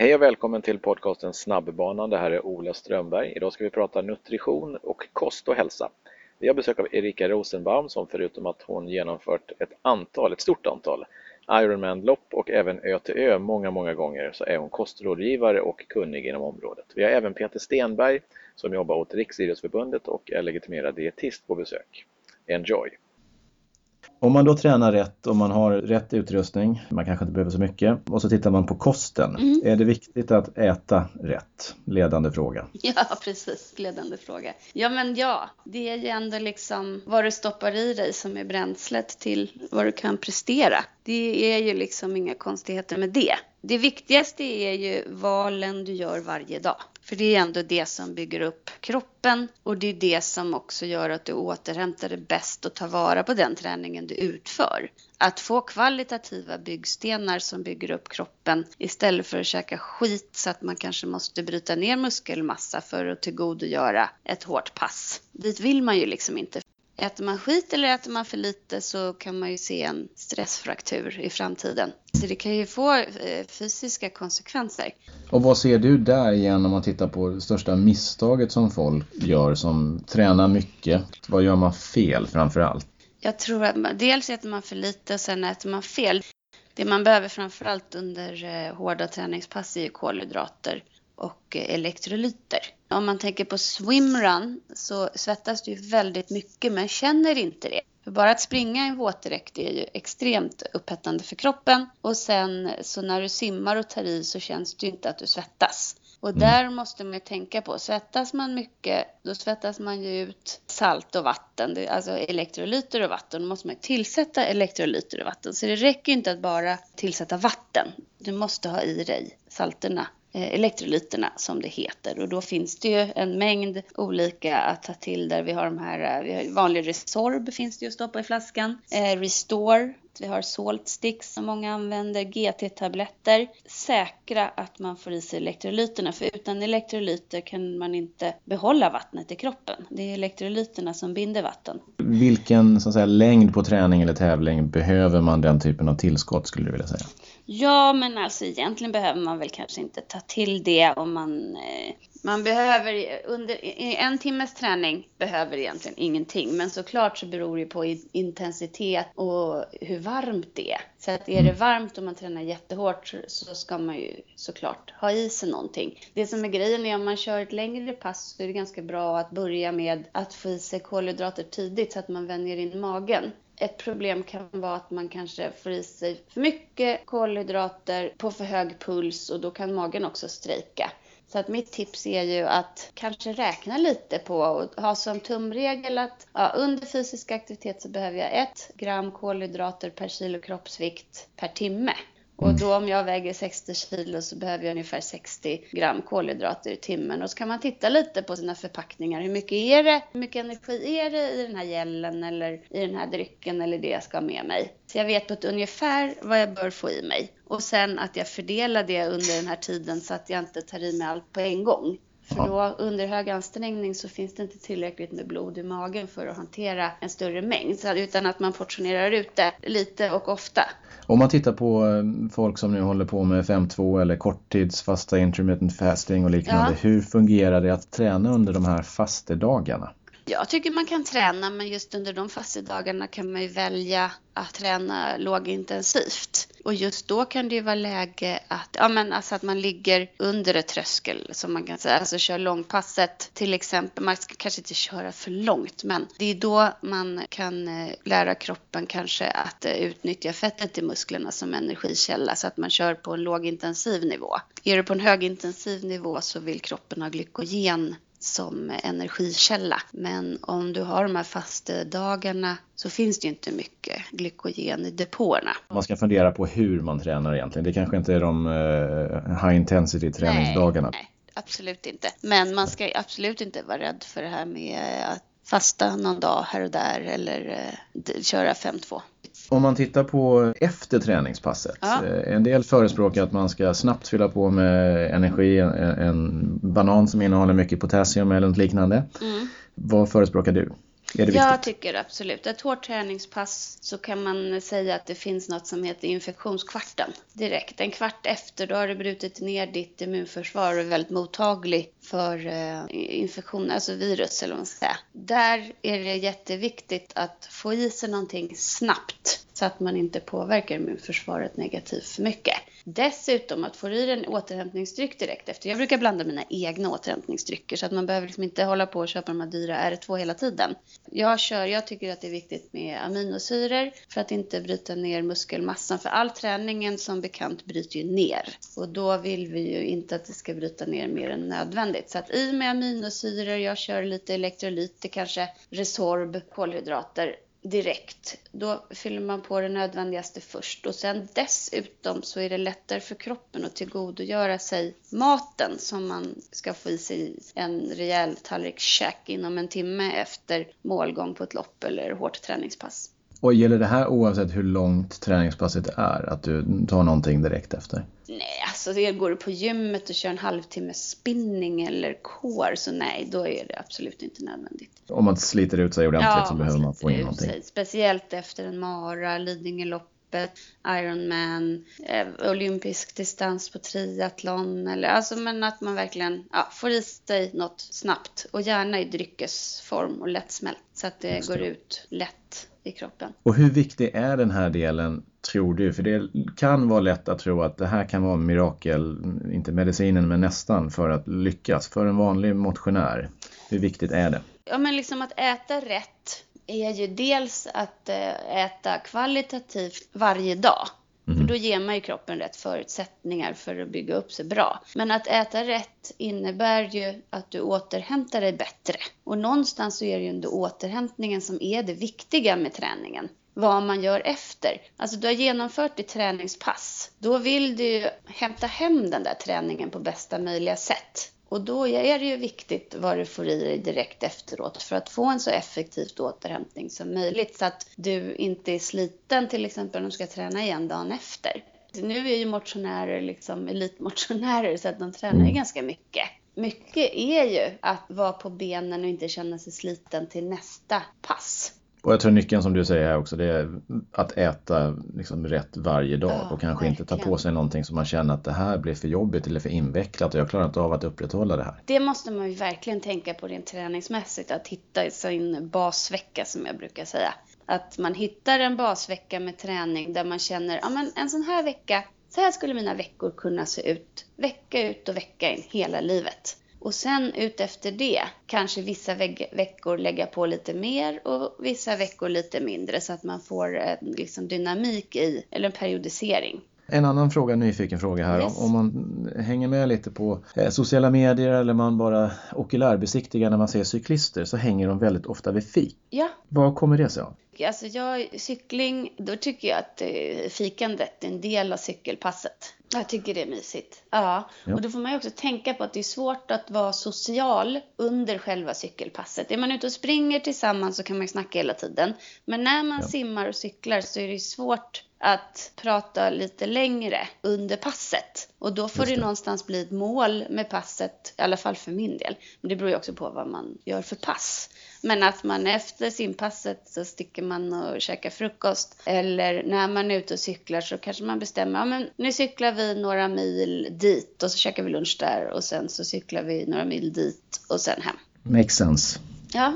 Hej och välkommen till podcasten Snabbbanan. Det här är Ola Strömberg. Idag ska vi prata nutrition och kost och hälsa. Vi har besök av Erika Rosenbaum som förutom att hon genomfört ett stort antal Ironman-lopp och även Ö till Ö många gånger så är hon kostrådgivare och kunnig inom området. Vi har även Peter Stenberg som jobbar åt Riksidrottsförbundet och är legitimerad dietist på besök. Enjoy! Om man då tränar rätt och man har rätt utrustning, man kanske inte behöver så mycket, och så tittar man på kosten. Är det viktigt att äta rätt? Ledande fråga. Ja, precis. Ledande fråga. Ja, det är ju ändå liksom vad du stoppar i dig som är bränslet till vad du kan prestera. Det är ju liksom inga konstigheter med det. Det viktigaste är ju valen du gör varje dag. För det är ändå det som bygger upp kroppen och det är det som också gör att du återhämtar det bäst och tar vara på den träningen du utför. Att få kvalitativa byggstenar som bygger upp kroppen istället för att käka skit så att man kanske måste bryta ner muskelmassa för att tillgodogöra ett hårt pass. Dit vill man ju liksom inte. Äter man skit eller äter man för lite så kan man ju se en stressfraktur i framtiden. Så det kan ju få fysiska konsekvenser. Och vad ser du där igen om man tittar på det största misstaget som folk gör som tränar mycket? Vad gör man fel framför allt? Jag tror att dels äter man för lite och sen äter man fel. Det man behöver framförallt under hårda träningspass är kolhydrater och elektrolyter. Om man tänker på swimrun så svettas det ju väldigt mycket men känner inte det. För bara att springa i en våtdräkt är ju extremt upphettande för kroppen. Och sen så när du simmar och tar i så känns det ju inte att du svettas. Och där måste man ju tänka på, svettas man mycket då svettas man ju ut salt och vatten. Alltså elektrolyter och vatten. Då måste man tillsätta elektrolyter och vatten. Så det räcker inte att bara tillsätta vatten. Du måste ha i dig salterna. Elektrolyterna som det heter och då finns det ju en mängd olika att ta till där vi har de här, vi har vanlig Resorb finns det ju att stoppa i flaskan, Restore, vi har Salt Sticks som många använder, GT-tabletter, säkra att man får i sig elektrolyterna för utan elektrolyter kan man inte behålla vattnet i kroppen, det är elektrolyterna som binder vatten. Vilken så att säga, längd på träning eller tävling behöver man den typen av tillskott skulle du vilja säga? Ja, men alltså egentligen behöver man väl kanske inte ta till det om man behöver under en timmes träning behöver egentligen ingenting. Men såklart så beror det på intensitet och hur varmt det är. Så att är det varmt och man tränar jättehårt så ska man ju såklart ha i sig någonting. Det som är grejen är om man kör ett längre pass så är det ganska bra att börja med att få i sig kolhydrater tidigt så att man vänjer in magen. Ett problem kan vara att man kanske får i sig för mycket kolhydrater på för hög puls och då kan magen också strejka. Så att mitt tips är ju att kanske räkna lite på och ha som tumregel att under fysisk aktivitet så behöver jag 1 gram kolhydrater per kilo kroppsvikt per timme. Och då om jag väger 60 kilo så behöver jag ungefär 60 gram kolhydrater i timmen. Och så kan man titta lite på sina förpackningar. Hur mycket är det? Hur mycket energi är det i den här gällen eller i den här drycken eller det jag ska ha med mig? Så jag vet på ett ungefär vad jag bör få i mig. Och sen att jag fördelar det under den här tiden så att jag inte tar i mig allt på en gång. För då under hög ansträngning så finns det inte tillräckligt med blod i magen för att hantera en större mängd. Utan att man portionerar ut det lite och ofta. Om man tittar på folk som nu håller på med 5-2 eller korttidsfasta intermittent fasting och liknande. Ja. Hur fungerar det att träna under de här fastedagarna? Jag tycker man kan träna men just under de fastedagarna kan man ju välja att träna lågintensivt. Och just då kan det ju vara läge att, alltså att man ligger under ett tröskel som man kan säga. Alltså kör långpasset till exempel. Man ska kanske inte köra för långt men det är då man kan lära kroppen kanske att utnyttja fettet i musklerna som energikälla. Så att man kör på en lågintensiv nivå. Är du på en högintensiv nivå så vill kroppen ha glykogen som energikälla. Men om du har de här fastedagarna så finns det ju inte mycket glykogen i depåerna. Man ska fundera på hur man tränar egentligen. Det kanske inte är de high intensity träningsdagarna. Nej, absolut inte. Men man ska absolut inte vara rädd för det här med att fasta någon dag här och där eller köra 5-2. Om man tittar på efter träningspasset. Ja. En del förespråkar att man ska snabbt fylla på med energi. En banan som innehåller mycket potassium eller något liknande. Vad förespråkar du? Är det viktigt? Jag tycker absolut. Ett hårt träningspass så kan man säga att det finns något som heter infektionskvarten direkt. En kvart efter då har du brutit ner ditt immunförsvar och är väldigt mottaglig för infektion, alltså virus eller vad man ska säga. Där är det jätteviktigt att få i sig någonting snabbt så att man inte påverkar immunförsvaret negativt för mycket. Dessutom att få i en återhämtningsdryck direkt efter. Jag brukar blanda mina egna återhämtningsdrycker så att man behöver liksom inte hålla på och köpa de här dyra R2 hela tiden. Jag tycker att det är viktigt med aminosyror för att inte bryta ner muskelmassan. För all träningen som bekant bryter ju ner. Och då vill vi ju inte att det ska bryta ner mer än nödvändigt. Så att i med aminosyror, jag kör lite elektrolyter, kanske Resorb, kolhydrater direkt. Då fyller man på det nödvändigaste först. Och sen dessutom så är det lättare för kroppen att tillgodogöra sig maten som man ska få i sig en rejäl tallrik käk inom en timme efter målgång på ett lopp eller hårt träningspass. Och gäller det här oavsett hur långt träningspasset är? Att du tar någonting direkt efter? Nej, alltså går du på gymmet och kör en halvtimme spinning eller core så nej, då är det absolut inte nödvändigt. Om man sliter ut sig ordentligt så behöver man få in någonting. Speciellt efter en mara, Lidingöloppet, Ironman, olympisk distans på triathlon. Men att man verkligen får i sig något snabbt och gärna i dryckesform och lättsmält så att det går ut lätt i kroppen. Och hur viktig är den här delen, tror du? För det kan vara lätt att tro att det här kan vara mirakel, inte medicinen men nästan, för att lyckas. För en vanlig motionär, hur viktigt är det? Ja, men liksom att äta rätt är ju dels att äta kvalitativt varje dag. För då ger man ju kroppen rätt förutsättningar för att bygga upp sig bra. Men att äta rätt innebär ju att du återhämtar dig bättre. Och någonstans så är det ju ändå återhämtningen som är det viktiga med träningen. Vad man gör efter. Alltså du har genomfört ditt träningspass. Då vill du hämta hem den där träningen på bästa möjliga sätt. Och då är det ju viktigt vad du får i dig direkt efteråt för att få en så effektivt återhämtning som möjligt. Så att du inte är sliten till exempel om du ska träna igen dagen efter. Nu är ju motionärer liksom elitmotionärer så att de tränar ju ganska mycket. Mycket är ju att vara på benen och inte känna sig sliten till nästa pass. Och jag tror nyckeln som du säger här också, det är att äta liksom rätt varje dag och kanske inte ta på sig någonting som man känner att det här blir för jobbigt eller för invecklat och jag klarar inte av att upprätthålla det här. Det måste man ju verkligen tänka på rent träningsmässigt, att hitta sin basvecka som jag brukar säga. Att man hittar en basvecka med träning där man känner, ja men en sån här vecka, så här skulle mina veckor kunna se ut. Vecka ut och vecka in hela livet. Och sen ut efter det kanske vissa veckor lägga på lite mer och vissa veckor lite mindre så att man får liksom dynamik i, eller en periodisering. En annan fråga, nyfiken fråga här. Yes. Om man hänger med lite på sociala medier eller man bara okulärbesiktigar när man ser cyklister så hänger de väldigt ofta vid fik. Ja. Vad kommer det sig av? Alltså cykling, då tycker jag att fikandet är en del av cykelpasset. Jag tycker det är mysigt. Ja, och då får man ju också tänka på att det är svårt att vara social under själva cykelpasset. Är man ute och springer tillsammans så kan man ju snacka hela tiden. Men när man simmar och cyklar så är det svårt att prata lite längre under passet. Och då får det någonstans bli ett mål med passet, i alla fall för min del. Men det beror ju också på vad man gör för pass. Men att man efter simpasset så sticker man och käkar frukost. Eller när man är ute och cyklar så kanske man bestämmer, ja men nu cyklar vi några mil dit och så käkar vi lunch där. Och sen så cyklar vi några mil dit och sen hem. Makes sense. Ja.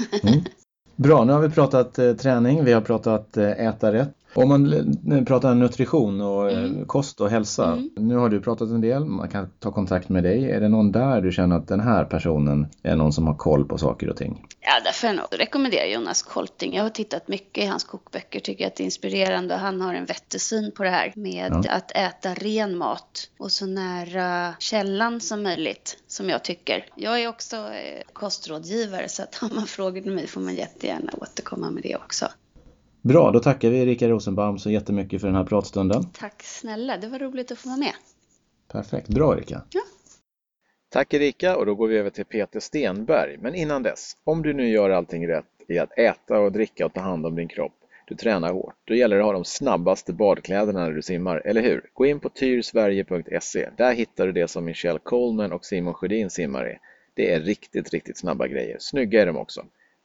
Bra, nu har vi pratat träning, vi har pratat äta rätt. Om man pratar nutrition och kost och hälsa, nu har du pratat en del, man kan ta kontakt med dig. Är det någon där du känner att den här personen är någon som har koll på saker och ting? Ja, därför jag nog rekommenderar Jonas Kolting. Jag har tittat mycket i hans kokböcker, tycker att det är inspirerande och han har en vettig syn på det här med att äta ren mat och så nära källan som möjligt, som jag tycker. Jag är också kostrådgivare så att om man frågar mig får man jättegärna återkomma med det också. Bra, då tackar vi Erika Rosenbaum så jättemycket för den här pratstunden. Tack snälla, det var roligt att få vara med. Perfekt, bra Erika. Ja. Tack Erika, och då går vi över till Peter Stenberg. Men innan dess, om du nu gör allting rätt i att äta och dricka och ta hand om din kropp, du tränar hårt, då gäller det att ha de snabbaste badkläderna när du simmar, eller hur? Gå in på tyrsverige.se, där hittar du det som Michelle Coleman och Simon Sjödin simmar i. Det är riktigt, riktigt snabba grejer, snygga är de också.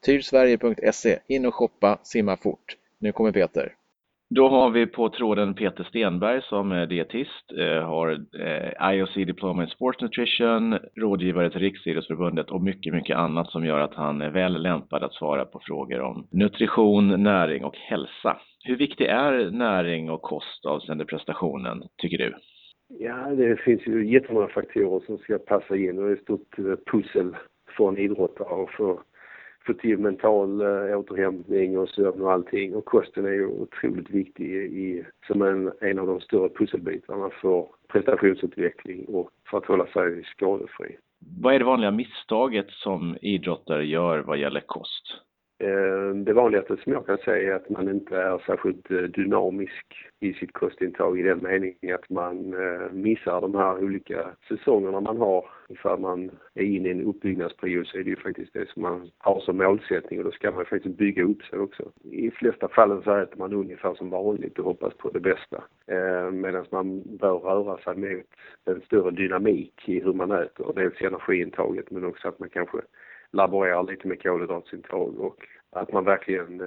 Tyrsverige.se. In och shoppa, simma fort. Nu kommer Peter. Då har vi på tråden Peter Stenberg som är dietist, har IOC Diploma in Sports Nutrition, rådgivare till Riksidrottsförbundet och mycket, mycket annat som gör att han är väl lämpad att svara på frågor om nutrition, näring och hälsa. Hur viktig är näring och kost avseende prestationen, tycker du? Ja, det finns ju jättemånga faktorer som ska passa in och det är ett stort pussel för en idrottare och få till mental återhämtning och sömn och allting. Och kosten är ju otroligt viktig som en av de större pusselbitarna för prestationsutveckling och för att hålla sig skadefri. Vad är det vanliga misstaget som idrottare gör vad gäller kost? Det vanligaste som jag kan säga är att man inte är särskilt dynamisk i sitt kostintag i den meningen att man missar de här olika säsongerna man har. Ifall man är inne i en uppbyggnadsperiod så är det ju faktiskt det som man har som målsättning och då ska man faktiskt bygga upp sig också. I flesta fallen så äter man ungefär som vanligt och hoppas på det bästa. Medan man bör röra sig mot en större dynamik i hur man äter. Dels energiintaget men också att man kanske laborerar lite med kolhydratintag och att man verkligen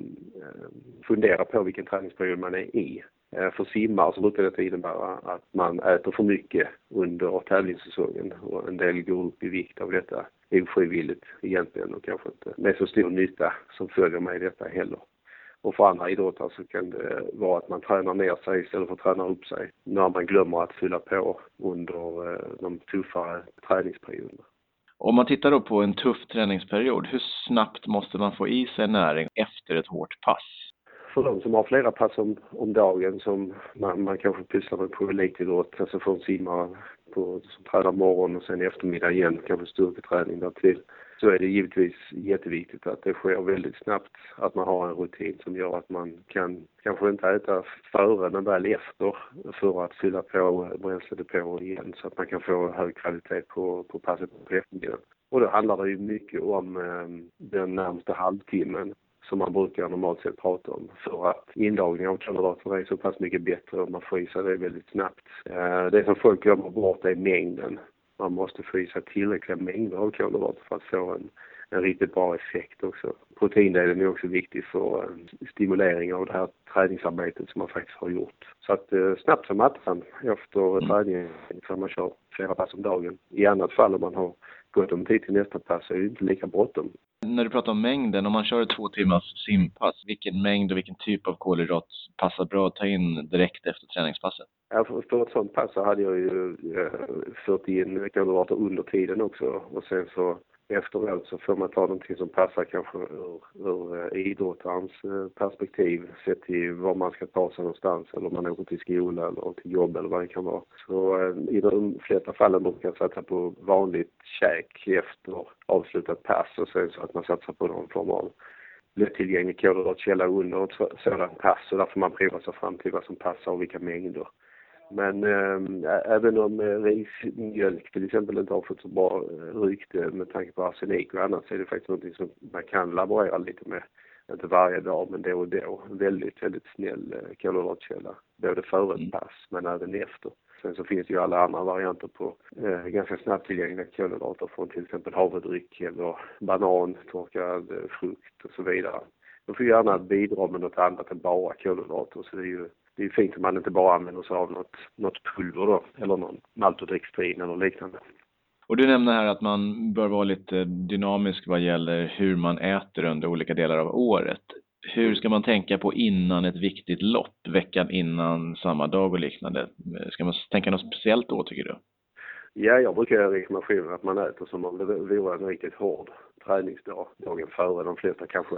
funderar på vilken träningsperiod man är i. För simmar så brukar det innebära att man äter för mycket under tävlingssäsongen och en del går upp i vikt av detta ofrivilligt egentligen och kanske inte med så stor nytta som följer med detta heller. Och för andra idrottare så kan det vara att man tränar ner sig istället för att träna upp sig när man glömmer att fylla på under de tuffare träningsperioderna. Om man tittar då på en tuff träningsperiod, hur snabbt måste man få i sig näring efter ett hårt pass? För de som har flera pass om dagen som man kanske pysslar med på elitidrott, alltså från simmare som tränar morgon och sen eftermiddag igen, kanske styrketräning där till, så är det givetvis jätteviktigt att det sker väldigt snabbt, att man har en rutin som gör att man kan kanske inte äta före men väl efter för att fylla på bränsledepåer igen så att man kan få hög kvalitet på passet på eftermiddagen. Och då handlar det ju mycket om den närmaste halvtimmen som man brukar normalt sett prata om för att inlagring av kolhydrater är så pass mycket bättre och man får i sig det väldigt snabbt. Det som folk glömmer bort är mängden. Man måste få i sig tillräckliga mängder av kolhydrater för att få en riktigt bra effekt också. Proteindelen är också viktig för stimulering av det här träningsarbetet som man faktiskt har gjort. Så att snabbt som attan efter träningen kan man köra flera pass om dagen. I annat fall om man har gått om tid till nästa pass är det inte lika bråttom. När du pratar om mängden, om man kör 2 timmars simpass, vilken mängd och vilken typ av kolhydrat passar bra att ta in direkt efter träningspasset? Ja, för ett sånt pass så hade jag ju fört in kolhydrater under tiden också och sen så efteråt så får man ta någonting som passar kanske ur idrottarens perspektiv sett till var man ska ta sig någonstans eller om man åker till skola eller till jobb eller vad det kan vara. Så i de flesta fallen brukar jag satsa på vanligt käk efter avslutat pass och sen så att man satsar på någon form av lättillgänglig kolhydratkälla under ett sådant pass och där får man prova sig fram till vad som passar och vilka mängder. Men även om rismjölk till exempel inte har fått så bra rykte med tanke på arsenik och annat så är det faktiskt något som man kan laborera lite med. Inte varje dag men då och då. Väldigt, väldigt snäll kolhydratkälla. Både före ett pass men även efter. Sen så finns det ju alla andra varianter på ganska snabbt tillgängliga kolhydrater från till exempel havredryck eller banan, torkad frukt och så vidare. Då får gärna bidra med något annat än bara kolhydrater så det är fint om man inte bara använder sig av något pulver då, eller någon maltodextrin eller liknande. Och du nämner här att man bör vara lite dynamisk vad gäller hur man äter under olika delar av året. Hur ska man tänka på innan ett viktigt lopp, veckan innan, samma dag och liknande? Ska man tänka något speciellt då tycker du? Ja, jag brukar rekommendera att man äter som om det vore en riktigt hård träningsdag dagen före. De flesta kanske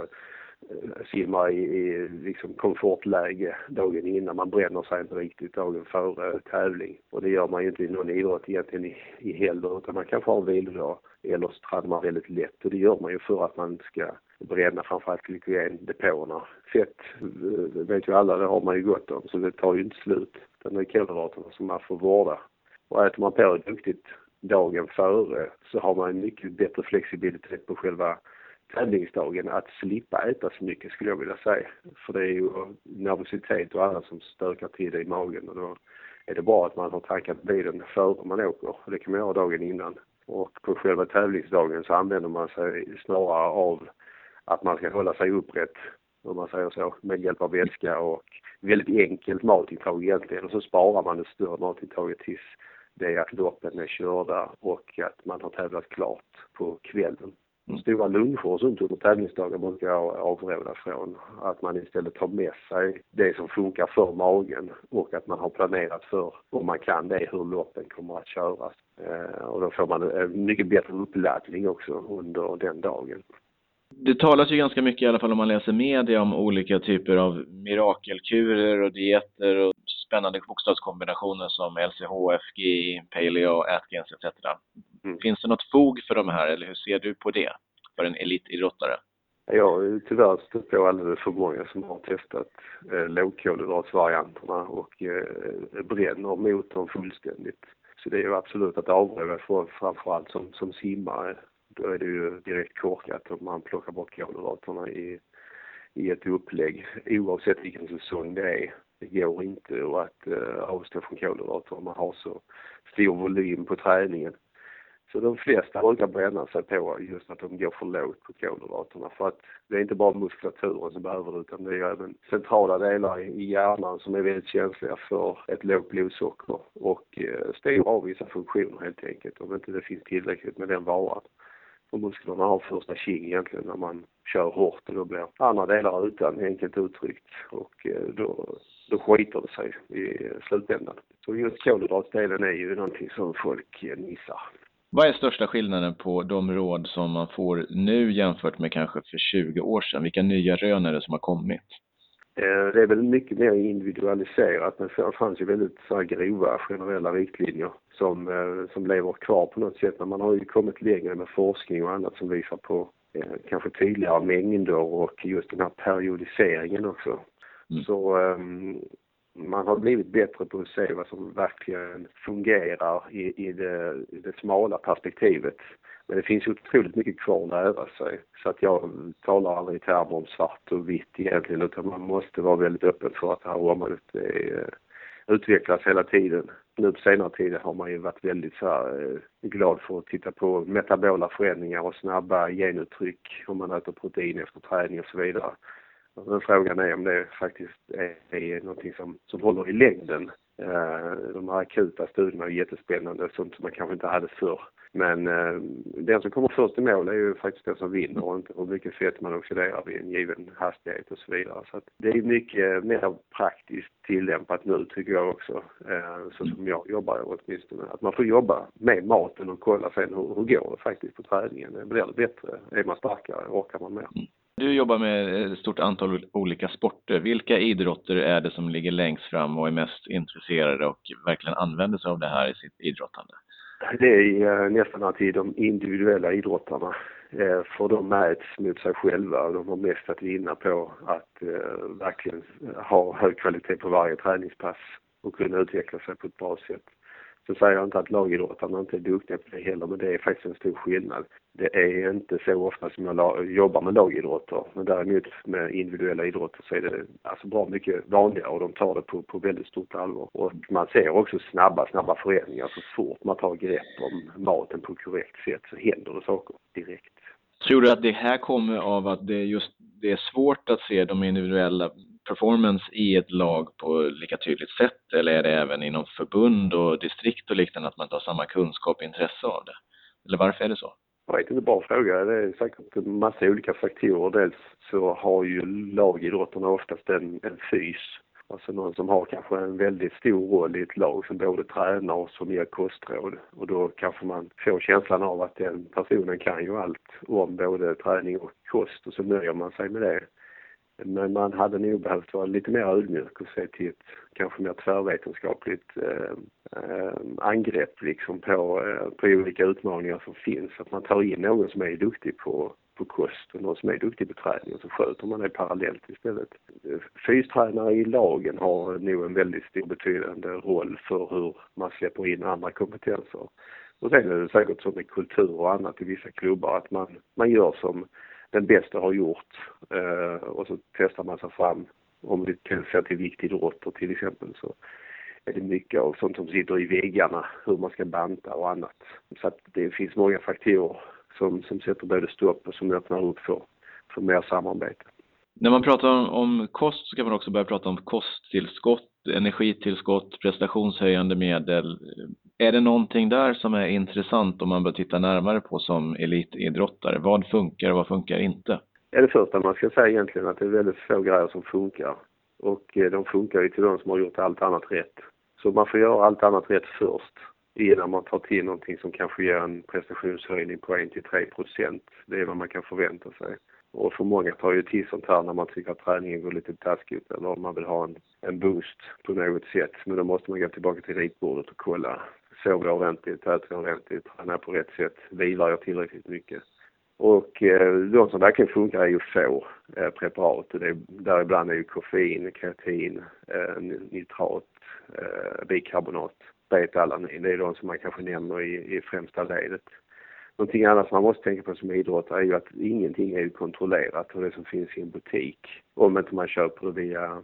simmar i liksom komfortläge dagen innan. Man bränner sig inte riktigt dagen före tävling. Och det gör man ju inte i någon idrott egentligen i heller. Utan man kanske har en vilodag eller så tränar man väldigt lätt. Och det gör man ju för att man ska bränna framförallt glykogendepåerna. Fett vet ju alla, det har man ju gott om. Så det tar ju inte slut. Den är kolhydraterna som man får vårda. Och äter man på duktigt dagen före så har man en mycket bättre flexibilitet på själva tävlingsdagen att slippa äta så mycket skulle jag vilja säga. För det är ju nervositet och annat som stökar till det i magen och då är det bra att man har tankat bilen före man åker. Och det kan man göra dagen innan. Och på själva tävlingsdagen så använder man sig snarare av att man ska hålla sig upprätt, om man säger så, med hjälp av vätska och väldigt enkelt matintag egentligen. Och så sparar man det större matintaget tills det är att loppen är körda och att man har tävlat klart på kvällen. Stora luncher och sånt under tävlingsdagar brukar jag avråda från. Att man istället tar med sig det som funkar för magen och att man har planerat för, om man kan det, hur loppen kommer att köras. Och då får man en mycket bättre uppladdning också under den dagen. Det talas ju ganska mycket, i alla fall om man läser media, om olika typer av mirakelkurer och dieter och spännande bokstavskombinationer som LCHF, GI, Paleo, Atkins etc. Finns det något fog för de här, eller hur ser du på det för en elitidrottare? Jag har tyvärr stött på alldeles för många som har testat lågkolhydratsvarianterna och bränner mot dem fullständigt. Så det är ju absolut att avråda för framförallt som simmare. Då är det ju direkt korkat om man plockar bort kolhydraterna i ett upplägg. Oavsett vilken säsong det är. Det går inte att avstå från kolhydrater om man har så stor volym på träningen. Så de flesta brukar bränna sig på just att de går för lågt på kolhydraterna. För att det är inte bara muskulaturen som behöver det, utan det är även centrala delar i hjärnan som är väldigt känsliga för ett lågt blodsocker. Och stänger av vissa funktioner helt enkelt om inte det finns tillräckligt med den varan. Och musklerna har första tjing egentligen när man kör hårt, och då blir andra delar utan, enkelt uttryckt. Och då skiter det sig i slutändan. Så just kolhydratdelen är ju någonting som folk missar. Vad är största skillnaden på de råd som man får nu jämfört med kanske för 20 år sedan? Vilka nya rön är det som har kommit? Det är väl mycket mer individualiserat, men det fanns ju väldigt så här grova generella riktlinjer som lever kvar på något sätt. Men man har ju kommit längre med forskning och annat som visar på kanske tydligare mängder och just den här periodiseringen också. Så man har blivit bättre på att se vad som verkligen fungerar i det smala perspektivet. Men det finns ju otroligt mycket kvar att lära sig. Så att jag talar aldrig i termer om svart och vitt egentligen, utan man måste vara väldigt öppen för att det här området utvecklas hela tiden. Nu på senare tid har man ju varit väldigt så här, glad för att titta på metabola förändringar och snabba genuttryck om man äter protein efter träning och så vidare. Men frågan är om det faktiskt är någonting som håller i längden. De här akuta studierna är jättespännande, sånt som man kanske inte hade förr. Men den som kommer först i mål är ju faktiskt den som vinner, och inte hur mycket fett man oxiderar vid en given hastighet och så vidare. Så att det är mycket mer praktiskt tillämpat nu, tycker jag också. Så som jag jobbar åtminstone. Att man får jobba med maten och kolla sen hur går det faktiskt på träningen. Blir det bättre? Är man starkare? Orkar man mer? Du jobbar med ett stort antal olika sporter. Vilka idrotter är det som ligger längst fram och är mest intresserade och verkligen använder sig av det här i sitt idrottande? Det är nästan alltid de individuella idrottarna. För de mäts mot sig själva. De har mest att vinna på att verkligen ha hög kvalitet på varje träningspass och kunna utveckla sig på ett bra sätt. Så säger jag inte att lagidrottarna inte är duktiga på det heller, men det är faktiskt en stor skillnad. Det är inte så ofta som jag jobbar med lagidrotter, men däremot med individuella idrotter så är det alltså bra mycket vanligare, och de tar det på väldigt stort allvar. Och man ser också snabba förändringar. Så fort man tar grepp om maten på korrekt sätt så händer det saker direkt. Tror du att det här kommer av att det är svårt att se de individuella performance i ett lag på lika tydligt sätt, eller är det även inom förbund och distrikt och liknande att man tar samma kunskap och intresse av det? Eller varför är det så? Jag vet inte, bra fråga. Det är säkert en massa olika faktorer. Dels så har ju lagidrotterna oftast en fys. Alltså någon som har kanske en väldigt stor roll i ett lag som både tränar och som ger kostråd. Och då kanske man får känslan av att den personen kan ju allt om både träning och kost, och så nöjer man sig med det. Men man hade nog behövt vara lite mer ödmjuk och se till ett kanske mer tvärvetenskapligt angrepp liksom på olika utmaningar som finns. Att man tar in någon som är duktig på kost och någon som är duktig på träning, och så sköter man det parallellt istället. Fystränare i lagen har nog en väldigt stor betydande roll för hur man släpper in andra kompetenser. Och sen är det säkert som med kultur och annat i vissa klubbar att man gör som den bästa har gjort, och så testar man sig fram. Om vi ser till viktidrotter till exempel, så är det mycket av sånt som sitter i väggarna, hur man ska banta och annat. Så att det finns många faktorer som sätter både stopp och som öppnar upp för för mer samarbete. När man pratar om kost så kan man också börja prata om kosttillskott, energitillskott, prestationshöjande medel. Är det någonting där som är intressant om man bör titta närmare på som elitidrottare? Vad funkar och vad funkar inte? Det första man ska säga egentligen att det är väldigt få grejer som funkar. Och de funkar ju till de som har gjort allt annat rätt. Så man får göra allt annat rätt först innan man tar till någonting som kanske ger en prestationshöjning på 1-3%. Det är vad man kan förvänta sig. Och för många tar ju till sånt här när man tycker att träningen går lite taskigt eller om man vill ha en boost på något sätt. Men då måste man gå tillbaka till ritbordet och kolla. Sover jag ordentligt, äter jag ordentligt, tränar på rätt sätt, vilar jag tillräckligt mycket. Och de som verkligen funkar är ju få preparat. Där ibland är ju koffein, kreatin, nitrat, bikarbonat, betalanin. Det är de som man kanske nämner i främsta ledet. Någonting annat som man måste tänka på som idrottare är ju att ingenting är ju kontrollerat och det som finns i en butik. Om inte man köper det via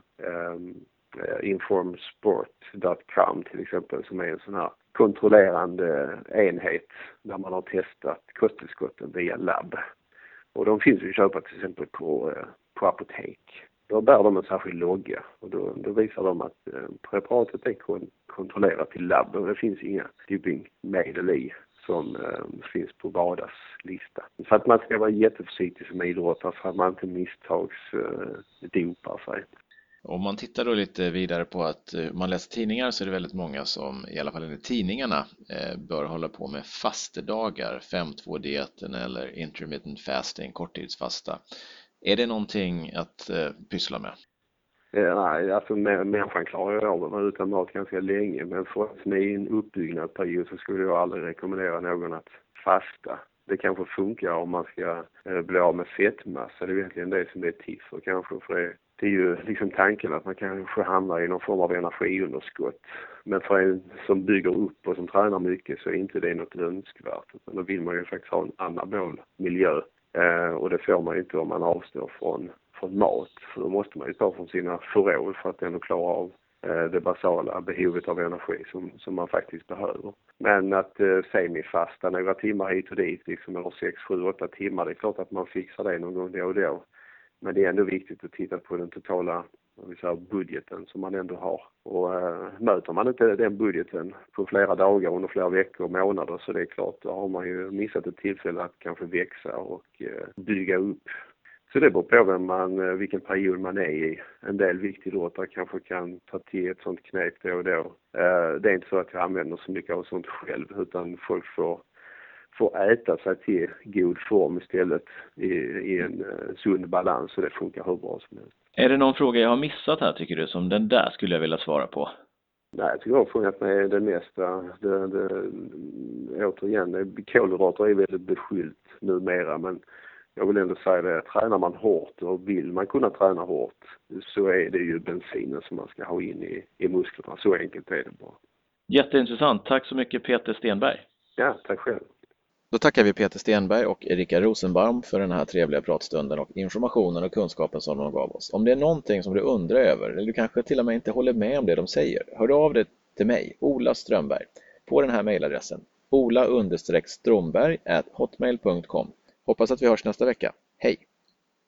informsport.com till exempel, som är en sån här kontrollerande enhet där man har testat kosttillskotten via labb. Och de finns ju att köpa till exempel på apotek. Då bär de en särskild logga och då visar de att preparatet är kontrollerat till labb och det finns inga dopingmedel i som finns på WADAs lista. Så att man ska vara jätteförsiktig som idrottare så att man inte misstagsdopar sig. Om man tittar då lite vidare på att man läser tidningar så är det väldigt många som, i alla fall enligt tidningarna, bör hålla på med fastedagar, 5-2-dieten eller intermittent fasting, korttidsfasta. Är det någonting att pyssla med? Nej, alltså människan klarar av att vara utan mat ganska länge, men för att som är i en uppbyggnadsperiod så skulle jag aldrig rekommendera någon att fasta. Det kanske funkar om man ska bli av med fettmassa, det är egentligen det som det är tips för kanske, för det är ju liksom tanken att man kanske hamnar i någon form av energiunderskott. Men för en som bygger upp och som tränar mycket så är inte det något önskvärt. Utan då vill man ju faktiskt ha en anabol miljö. Och det får man ju inte om man avstår från mat. För då måste man ju ta från sina förråd för att ändå klara av det basala behovet av energi som man faktiskt behöver. Men att semifasta några timmar hit och dit, liksom eller 6, 7, 8 timmar, det är klart att man fixar det någon gång då och då. Men det är ändå viktigt att titta på den totala budgeten som man ändå har. Och möter man inte den budgeten på flera dagar under flera veckor och månader så det är klart, då har man ju missat ett tillfälle att kanske växa och bygga upp. Så det beror på vilken period man är i. En del viktigidrottare kanske kan ta till ett sånt knep då och då. Det är inte så att jag använder så mycket av sånt själv utan folk får äta sig till god form istället i en sund balans och det funkar hur bra som helst. Är det någon fråga jag har missat här tycker du som den där skulle jag vilja svara på? Nej, jag tycker jag har fångat med det mesta. Återigen, kolhydrater är väldigt beskyllt numera men jag vill ändå säga det, tränar man hårt och vill man kunna träna hårt så är det ju bensinen som man ska ha in i musklerna. Så enkelt är det bara. Jätteintressant. Tack så mycket Peter Stenberg. Ja, tack själv. Då tackar vi Peter Stenberg och Erika Rosenbaum för den här trevliga pratstunden och informationen och kunskapen som de gav oss. Om det är någonting som du undrar över eller du kanske till och med inte håller med om det de säger, hör av dig till mig, Ola Strömberg, på den här mejladressen ola_stromberg@hotmail.com. Hoppas att vi hörs nästa vecka. Hej!